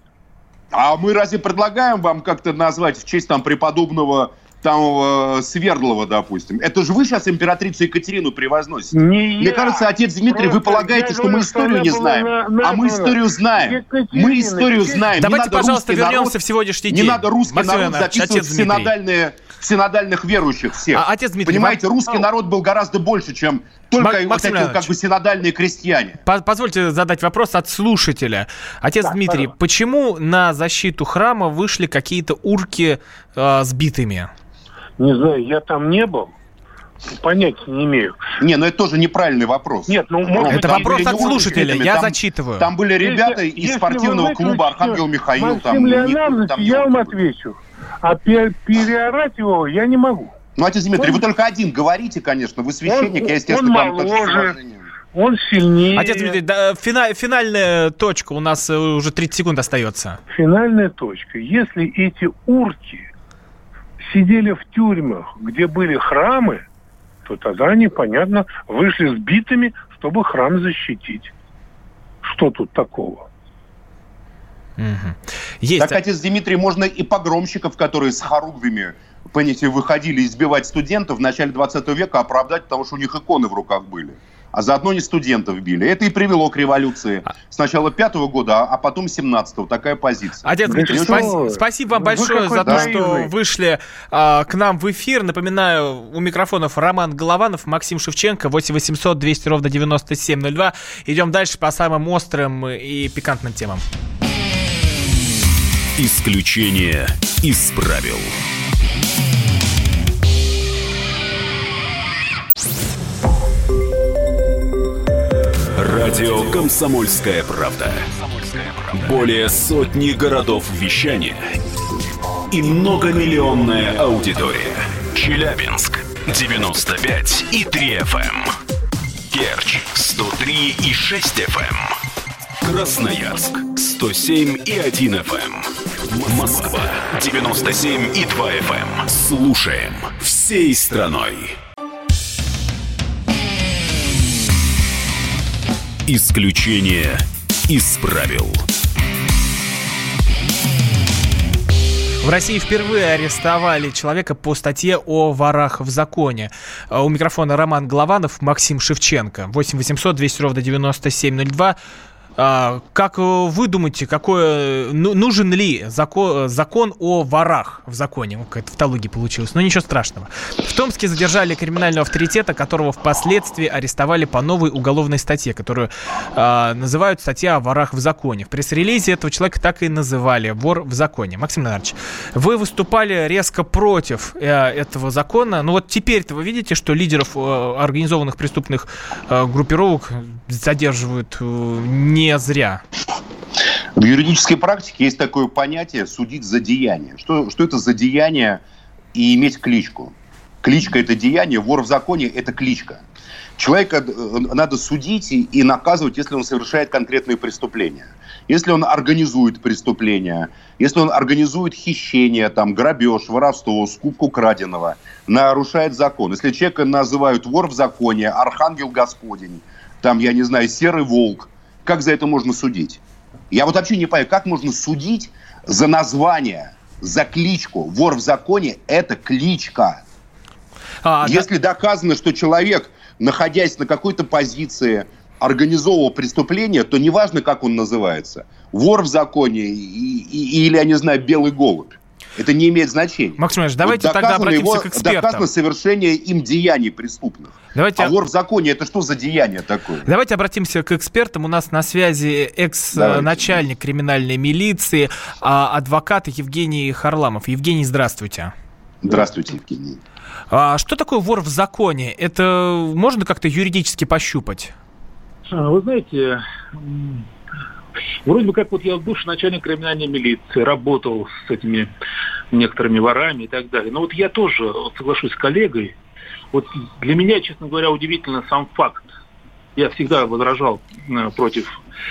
А мы разве предлагаем вам как-то назвать в честь там преподобного там э, Свердлова, допустим? Это же вы сейчас императрицу Екатерину превозносите. Не Мне я. кажется, отец Дмитрий, Просто вы полагаете, что говорю, мы историю что не знаем. На, на, а мы историю знаем. Екатерина, мы историю знаем. Давайте, пожалуйста, вернемся народ, в сегодняшний день. Не надо русский Максим народ записывать в синодальные, синодальных верующих всех. А, отец Дмитрий, понимаете, вам... русский народ был гораздо больше, чем только М- вот эти как бы синодальные крестьяне. Позвольте задать вопрос от слушателя. Отец да, Дмитрий, пожалуйста. Почему на защиту храма вышли какие-то урки э, с битами? Не знаю, я там не был. Понятия не имею. Не, ну это тоже неправильный вопрос. Нет, ну может Это быть, вопрос от слушателя, я там, зачитываю. Там были ребята если, из если спортивного клуба Архангел Михаил. Максим там, Леонардович, там я вам отвечу. А пер- переорать его я не могу. Ну, отец Дмитрий, он, вы только один говорите, конечно. Вы священник, он, я, естественно, он моложе, он сильнее. Отец Дмитрий, да, фина- финальная точка, у нас уже тридцать секунд остается. Финальная точка. Если эти урки сидели в тюрьмах, где были храмы, то тогда они, понятно, вышли с битами, чтобы храм защитить. Что тут такого? Угу. Есть. Так, отец Дмитрий, можно и погромщиков, которые с хоругвями, понимаете, выходили избивать студентов в начале двадцатого века, оправдать, потому что у них иконы в руках были. А заодно не студентов били. Это и привело к революции. Сначала пятого года, а потом семнадцатого. Такая позиция. Отец Дмитрий, спа- спасибо вам большое за то, что вышли а, к нам в эфир. Напоминаю, у микрофонов Роман Голованов, Максим Шевченко, восемь восемьсот двести ровно девяносто семь ноль два. Идем дальше по самым острым и пикантным темам. Исключение из правил. Радио «Комсомольская правда». Более сотни городов вещания и многомиллионная аудитория. Челябинск девяносто пять и три эф эм. Керчь сто три и шесть эф эм. Красноярск сто семь и один эф эм. Москва девяносто семь и два эф эм. Слушаем всей страной. Исключение из правил. В России впервые арестовали человека по статье о ворах в законе. У микрофона Роман Голованов, Максим Шевченко. восемь восемьсот двести ровно девяносто семь ноль два. Как вы думаете, какое, нужен ли закон, закон о ворах в законе? Ну, какая-то тавтология получилась, но ничего страшного. В Томске задержали криминального авторитета, которого впоследствии арестовали по новой уголовной статье, которую э, называют статья о ворах в законе. В пресс-релизе этого человека так и называли — вор в законе. Максим Леонидович, вы выступали резко против э, этого закона. Ну вот теперь-то вы видите, что лидеров э, организованных преступных э, группировок задерживают э, не Не зря. В юридической практике есть такое понятие «судить за деяние». Что, что это за деяние и иметь кличку? Кличка – это деяние, вор в законе – это кличка. Человека надо судить и наказывать, если он совершает конкретные преступления. Если он организует преступления, если он организует хищение, там, грабеж, воровство, скупку краденого, нарушает закон. Если человека называют вор в законе, архангел Господень, там, я не знаю, серый волк, как за это можно судить? Я вот вообще не понимаю, как можно судить за название, за кличку. Вор в законе – это кличка. А, Если да... доказано, что человек, находясь на какой-то позиции, организовывал преступление, то неважно, как он называется. Вор в законе и, и, или, я не знаю, белый голубь. Это не имеет значения. Максим Ильич, давайте вот тогда обратимся его, к экспертам. Доказано совершение им деяний преступных. Давайте... А вор в законе – это что за деяние такое? Давайте обратимся к экспертам. У нас на связи экс-начальник криминальной милиции, адвокат Евгений Харламов. Евгений, здравствуйте. Здравствуйте, Евгений. А что такое вор в законе? Это можно как-то юридически пощупать? Вы знаете... Вроде бы как вот я бывший начальник криминальной милиции, работал с этими некоторыми ворами и так далее. Но вот я тоже соглашусь с коллегой. Вот для меня, честно говоря, удивительно сам факт. Я всегда возражал против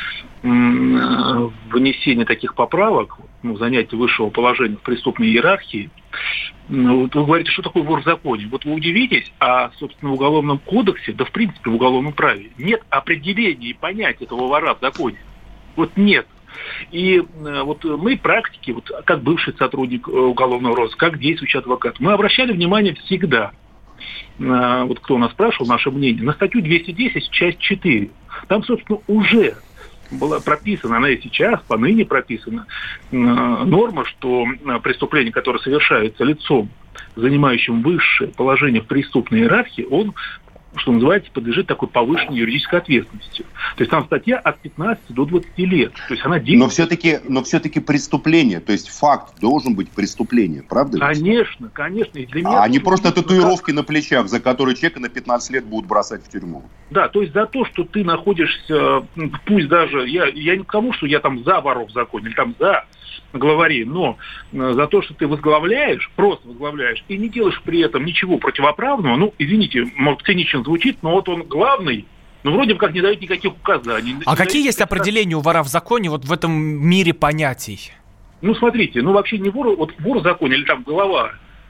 внесения таких поправок, ну, занятия высшего положения в преступной иерархии. Вот вы говорите, что такое вор в законе. Вот вы удивитесь, а, собственно, в Уголовном кодексе, да в принципе в уголовном праве, нет определения и понятия этого вора в законе. Вот нет. И э, вот мы практики, вот как бывший сотрудник э, уголовного розыска, как действующий адвокат, мы обращали внимание всегда, э, вот кто нас спрашивал, наше мнение, на статью двести десять, часть четыре. Там, собственно, уже была прописана, она и сейчас, поныне прописана, э, норма, что э, преступление, которое совершается лицом, занимающим высшее положение в преступной иерархии, он, что называется, подлежит такой повышенной юридической ответственности. То есть там статья от пятнадцати до двадцати лет. То есть она действует. Но все-таки, но все-таки преступление, то есть факт должен быть преступление, правда? Конечно, конечно. И для меня а не просто татуировки на плечах, за которые человека на пятнадцать лет будут бросать в тюрьму. Да, то есть за то, что ты находишься, пусть даже, я, я не к тому, что я там за воров в законе, или там за главарей, но за то, что ты возглавляешь, просто возглавляешь, и не делаешь при этом ничего противоправного, ну, извините, может, цинично звучит, но вот он главный, но вроде бы как не дает никаких указаний. А какие есть определения у вора в законе вот в этом мире понятий? Ну, смотрите, ну, вообще не вор, вот вор в законе или там глава,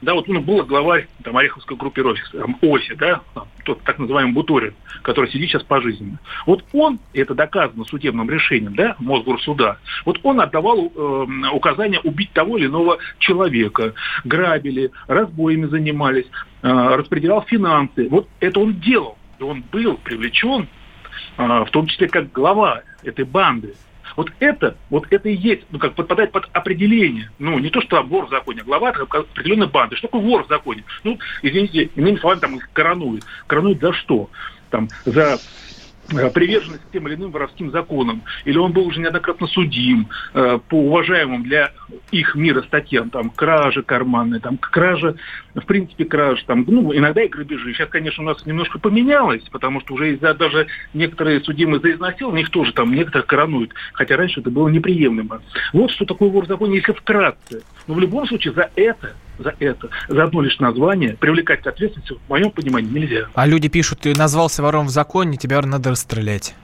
да, вот он был главарь там, Ореховской группировки, там, Оси, да, там, тот так называемый Буторин, который сидит сейчас пожизненно. Вот он, это доказано судебным решением, да, Мосгорсуда, вот он отдавал э, указания убить того или иного человека, грабили, разбоями занимались, э, распределял финансы. Вот это он делал, и он был привлечен, э, в том числе как глава этой банды. Вот это, вот это и есть, ну, как подпадает под определение. Ну, не то, что вор в законе, а глава определенной банды. Что такое вор в законе? Ну, извините, иными словами, там их коронуют. Коронуют за что? Там, за приверженность тем или иным воровским законам, или он был уже неоднократно судим э, по уважаемым для их мира статьям, там, кражи карманные, там, кража, в принципе, кражи, там, ну, иногда и грабежи. Сейчас, конечно, у нас немножко поменялось, потому что уже из-за даже некоторые судимые за изнасилование, их тоже там некоторых коронуют, хотя раньше это было неприемлемо. Вот что такое вор в законе, если вкратце. Но в любом случае за это за это, за одно лишь название привлекать к ответственности, в моем понимании, нельзя. А люди пишут, ты назвался вором в законе, тебя надо расстрелять.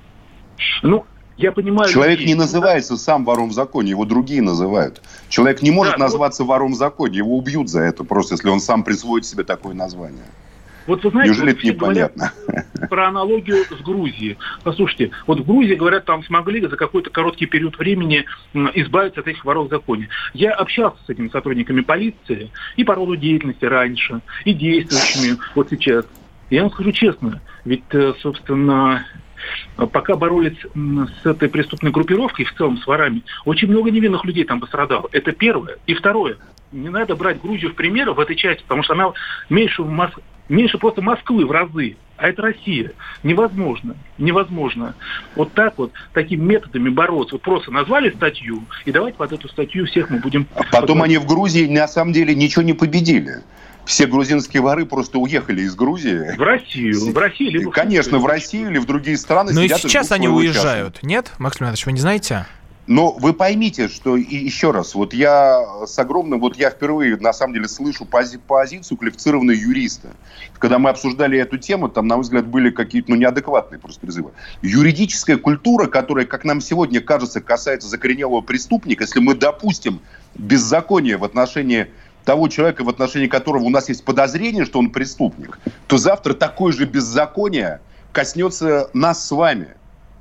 Ну, я понимаю... Человек людей, не называется да? сам вором в законе, его другие называют. Человек не может да, назваться вот... вором в законе, его убьют за это, просто если он сам присвоит себе такое название. Вот вы знаете, неужели вот это непонятно? Про аналогию с Грузией. Послушайте, вот в Грузии, говорят, там смогли за какой-то короткий период времени избавиться от этих воров в законе. Я общался с этими сотрудниками полиции и по роду деятельности раньше, и действующими вот сейчас. Я вам скажу честно, ведь, собственно, пока боролись с этой преступной группировкой, в целом с ворами, очень много невинных людей там пострадало. Это первое. И второе. Не надо брать Грузию в пример в этой части, потому что она меньше в Москве. Меньше просто Москвы в разы. А это Россия. Невозможно. Невозможно. Вот так вот, такими методами бороться. Вот просто назвали статью, и давайте под эту статью всех мы будем... А потом они в Грузии на самом деле ничего не победили. Все грузинские воры просто уехали из Грузии. В Россию. В Россию либо... Конечно, в Россию или в другие страны. Но и сейчас они уезжают. Участка. Нет, Максим Леонидович, вы не знаете? Но вы поймите, что и еще раз, вот я с огромным, вот я впервые на самом деле слышу пози- позицию квалифицированного юриста. Когда мы обсуждали эту тему, там, на мой взгляд, были какие-то, ну, неадекватные просто призывы. Юридическая культура, которая, как нам сегодня кажется, касается закоренелого преступника, если мы допустим беззаконие в отношении того человека, в отношении которого у нас есть подозрение, что он преступник, то завтра такое же беззаконие коснется нас с вами.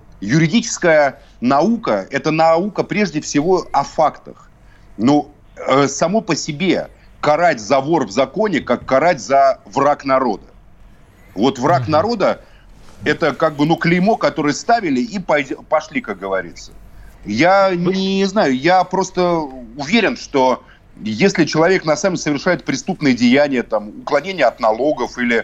Юридическая наука – это наука прежде всего о фактах. Но э, само по себе карать за вор в законе, как карать за враг народа. Вот враг mm-hmm. народа – это как бы ну, клеймо, которое ставили и пошли, как говорится. Я не знаю, я просто уверен, что если человек на самом деле совершает преступные деяния, там, уклонение от налогов или...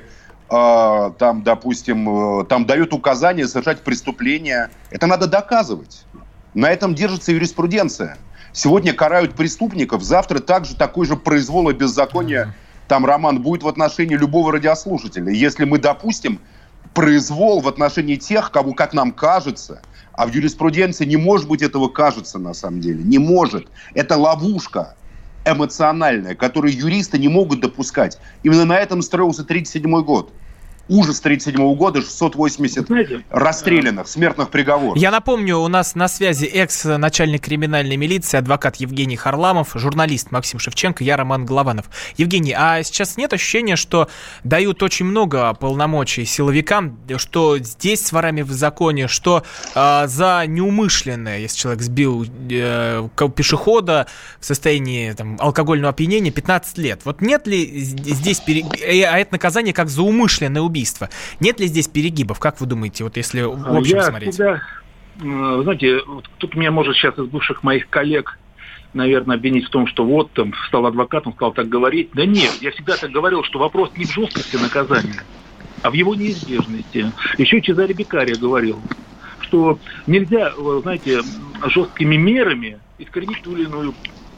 там, допустим, там дают указания совершать преступления. Это надо доказывать. На этом держится юриспруденция. Сегодня карают преступников, завтра также такой же произвол и беззаконие, там, Роман, будет в отношении любого радиослушателя. Если мы допустим произвол в отношении тех, кого, как нам кажется, а в юриспруденции не может быть этого кажется на самом деле. Не может. Это ловушка эмоциональная, которую юристы не могут допускать. Именно на этом строился тридцать седьмой год. Ужас тридцать седьмого года, шестьсот восемьдесят Знаете, расстрелянных, смертных приговоров. Я напомню, у нас на связи экс-начальник криминальной милиции, адвокат Евгений Харламов, журналист Максим Шевченко, я Роман Голованов. Евгений, а сейчас нет ощущения, что дают очень много полномочий силовикам, что здесь с ворами в законе, что э, за неумышленное, если человек сбил э, пешехода в состоянии там, алкогольного опьянения, пятнадцать лет. Вот нет ли здесь, пере... а это наказание как за умышленное убийство? Убийства. Нет ли здесь перегибов? Как вы думаете, вот если в общем Я смотреть? Всегда, знаете, вот тут меня может сейчас из бывших моих коллег, наверное, обвинить в том, что вот там стал адвокатом, стал так говорить. Да нет, я всегда так говорил, что вопрос не в жесткости наказания, а в его неизбежности. Еще Чезаре Беккарио говорил, что нельзя, знаете, жесткими мерами искоренить ту или иную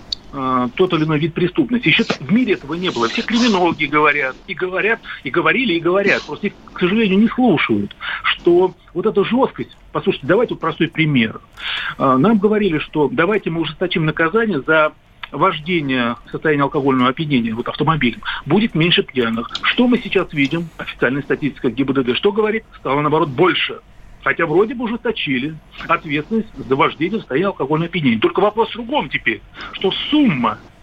тот или иной вид преступности. Еще в мире этого не было. Все криминологи говорят, и говорят, и говорили, и говорят. Просто их, к сожалению, не слушают. Что вот эта жесткость... Послушайте, давайте вот простой пример. Нам говорили, что давайте мы ужесточим наказание за вождение в состоянии алкогольного опьянения вот автомобилем. Будет меньше пьяных. Что мы сейчас видим? Официальная статистика ГИБДД. Что говорит? Стало, наоборот, больше. Хотя вроде бы ужесточили ответственность за вождение в состоянии алкогольного опьянения. Только вопрос в другом теперь, что сумма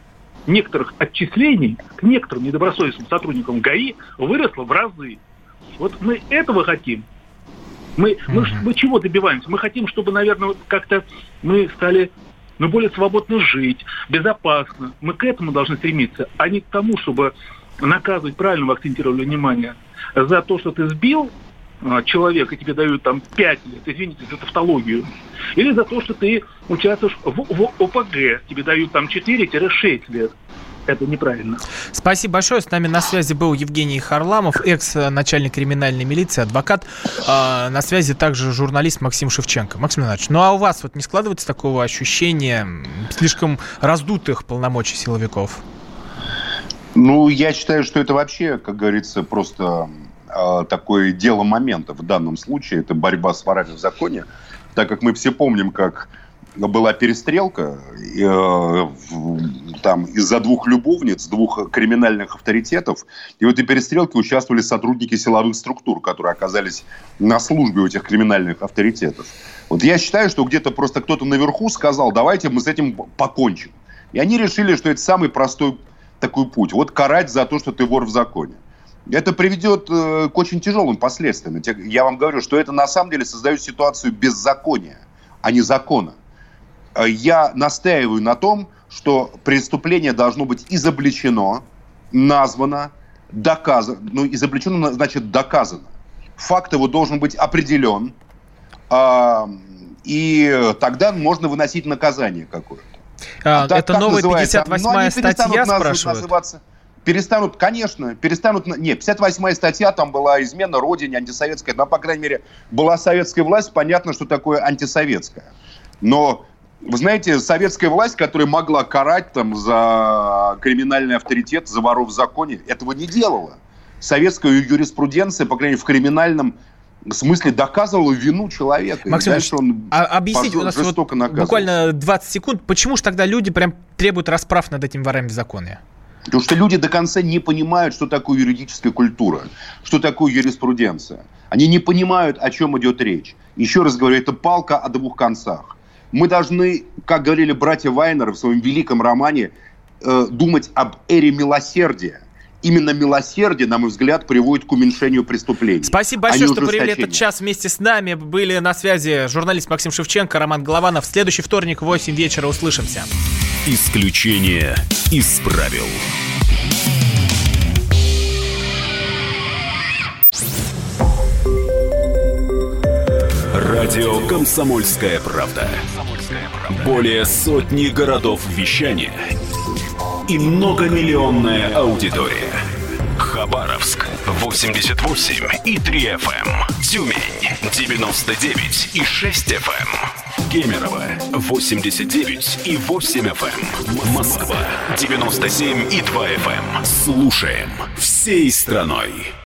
некоторых отчислений к некоторым недобросовестным сотрудникам ГАИ выросло в разы. Вот мы этого хотим. Мы, мы, мы чего добиваемся? Мы хотим, чтобы, наверное, как-то мы стали ну, более свободно жить, безопасно. Мы к этому должны стремиться, а не к тому, чтобы наказывать, правильно вы акцентировали внимание, за то, что ты сбил человека, тебе дают там пять лет, извините за тавтологию, или за то, что ты участвуешь в, в ОПГ, тебе дают там четыре-шесть лет. Это неправильно. Спасибо большое. С нами на связи был Евгений Харламов, экс-начальник криминальной милиции, адвокат. А, на связи также журналист Максим Шевченко. Максим Иванович, ну а у вас вот не складывается такого ощущения слишком раздутых полномочий силовиков? Ну, я считаю, что это вообще, как говорится, просто э, такое дело момента в данном случае. Это борьба с ворами в законе. Так как мы все помним, как была перестрелка э, там из-за двух любовниц, двух криминальных авторитетов. И в этой перестрелке участвовали сотрудники силовых структур, которые оказались на службе у этих криминальных авторитетов. Вот я считаю, что где-то просто кто-то наверху сказал, давайте мы с этим покончим. И они решили, что это самый простой такой путь. Вот карать за то, что ты вор в законе. Это приведет э, к очень тяжелым последствиям. Я вам говорю, что это на самом деле создает ситуацию беззакония, а не закона. Я настаиваю на том, что преступление должно быть изобличено, названо, доказано. Ну, изобличено значит доказано. Факт его должен быть определен. И тогда можно выносить наказание какое-то. А, а это новая пятьдесят восьмая статья, спрашивают? Называться, перестанут, конечно, перестанут... Нет, пятьдесят восьмая статья, там была измена родине, антисоветская. Но, по крайней мере, была советская власть, понятно, что такое антисоветская. Но... Вы знаете, советская власть, которая могла карать там, за криминальный авторитет, за воров в законе, этого не делала. Советская юриспруденция, по крайней мере, в криминальном смысле доказывала вину человека. Максим Ильич, а объясните, у нас вот буквально двадцать секунд, почему же тогда люди прям требуют расправ над этими ворами в законе? Потому что люди до конца не понимают, что такое юридическая культура, что такое юриспруденция. Они не понимают, о чем идет речь. Еще раз говорю, это палка о двух концах. Мы должны, как говорили братья Вайнеры в своем великом романе, э, думать об эре милосердия. Именно милосердие, на мой взгляд, приводит к уменьшению преступлений. Спасибо большое, что провели этот час вместе с нами. Были на связи журналист Максим Шевченко, Роман Голованов. В следующий вторник в восемь вечера услышимся. Исключение из правил. Радио «Комсомольская правда». Более сотни городов вещания и многомиллионная аудитория. Хабаровск восемьдесят восемь и три эф эм, Тюмень девяносто девять и шесть эф эм, Кемерово восемьдесят девять и восемь эф эм, Москва девяносто семь и два эф эм. Слушаем всей страной.